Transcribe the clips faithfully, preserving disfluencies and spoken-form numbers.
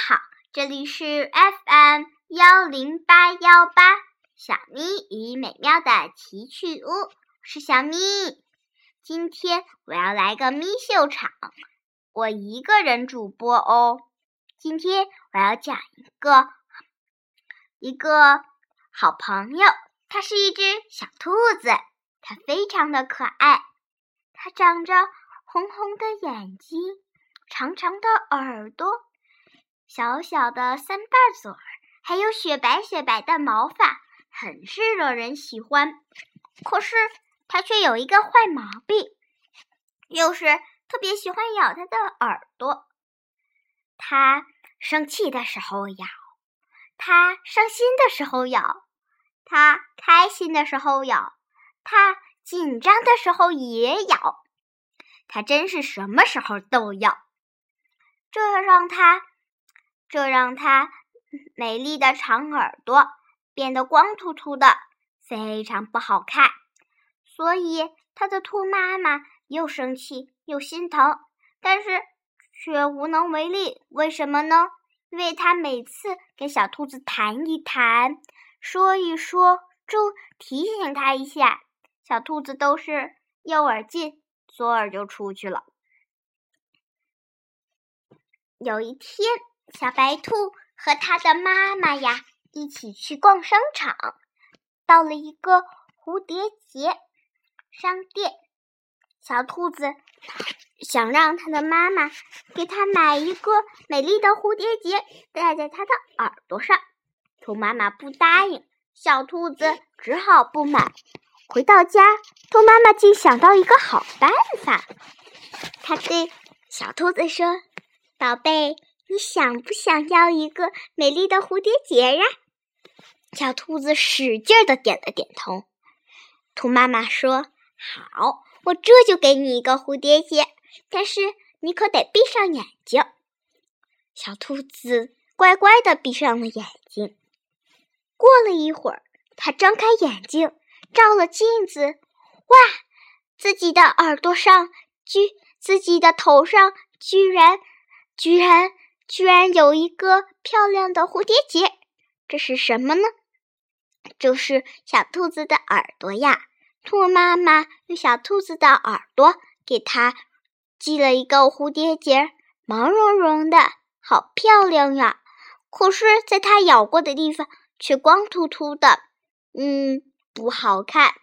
好，这里是 F M 幺零八幺八小咪与美妙的奇趣屋，我是小咪。今天我要来个咪秀场，我一个人主播哦。今天我要讲一个一个好朋友，它是一只小兔子，它非常的可爱，它长着红红的眼睛，长长的耳朵，小小的三瓣嘴儿，还有雪白雪白的毛发，很是惹人喜欢。可是它却有一个坏毛病，就是特别喜欢咬它的耳朵。它生气的时候咬，它伤心的时候咬，它开心的时候咬，它紧张的时候也咬，它真是什么时候都咬。这让它这让它美丽的长耳朵变得光秃秃的，非常不好看。所以它的兔妈妈又生气又心疼，但是却无能为力。为什么呢？因为它每次跟小兔子谈一谈，说一说，就提醒它一下，小兔子都是右耳进左耳就出去了。有一天，小白兔和它的妈妈呀一起去逛商场，到了一个蝴蝶结商店，小兔子想让它的妈妈给它买一个美丽的蝴蝶结戴在它的耳朵上，兔妈妈不答应，小兔子只好不买。回到家，兔妈妈竟想到一个好办法，她对小兔子说：宝贝，你想不想要一个美丽的蝴蝶结呀？小兔子使劲地点了点头。兔妈妈说：好，我这就给你一个蝴蝶结，但是你可得闭上眼睛。小兔子乖乖地闭上了眼睛。过了一会儿，它睁开眼睛，照了镜子，哇，自己的耳朵上居自己的头上居然居然居然有一个漂亮的蝴蝶结，这是什么呢？就是小兔子的耳朵呀。兔妈妈用小兔子的耳朵给它系了一个蝴蝶结，毛茸茸的，好漂亮呀。可是在它咬过的地方却光秃秃的，嗯，不好看。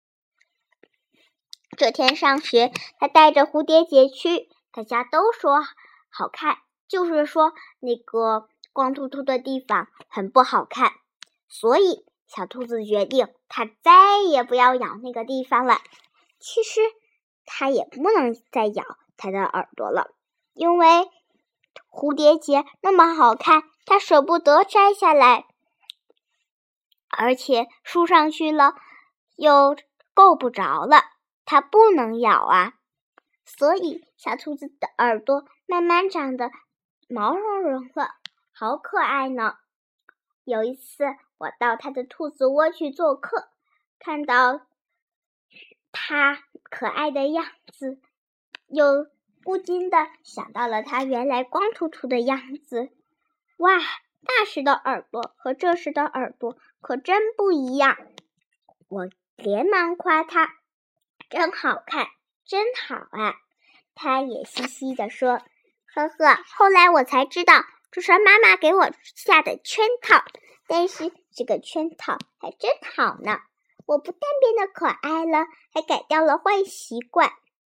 这天上学，它带着蝴蝶结去，大家都说好看，就是说那个光秃秃的地方很不好看。所以小兔子决定它再也不要咬那个地方了。其实它也不能再咬它的耳朵了，因为蝴蝶结那么好看，它舍不得摘下来，而且梳上去了又够不着了，它不能咬啊。所以小兔子的耳朵慢慢长得毛茸茸的，好可爱呢。有一次我到它的兔子窝去做客，看到它可爱的样子，又不禁地想到了它原来光秃秃的样子。哇，那时的耳朵和这时的耳朵可真不一样。我连忙夸它，真好看，真好啊。它也嘻嘻地说，呵呵，后来我才知道这是妈妈给我下的圈套，但是这个圈套还真好呢。我不但变得可爱了，还改掉了坏习惯。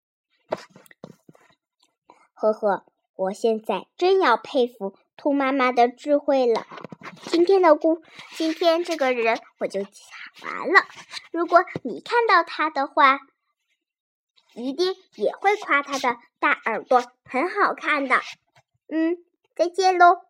呵呵，我现在真要佩服兔妈妈的智慧了。今天的故，今天这个人我就讲完了。如果你看到他的话，一定也会夸他的大耳朵很好看的。嗯，再见喽。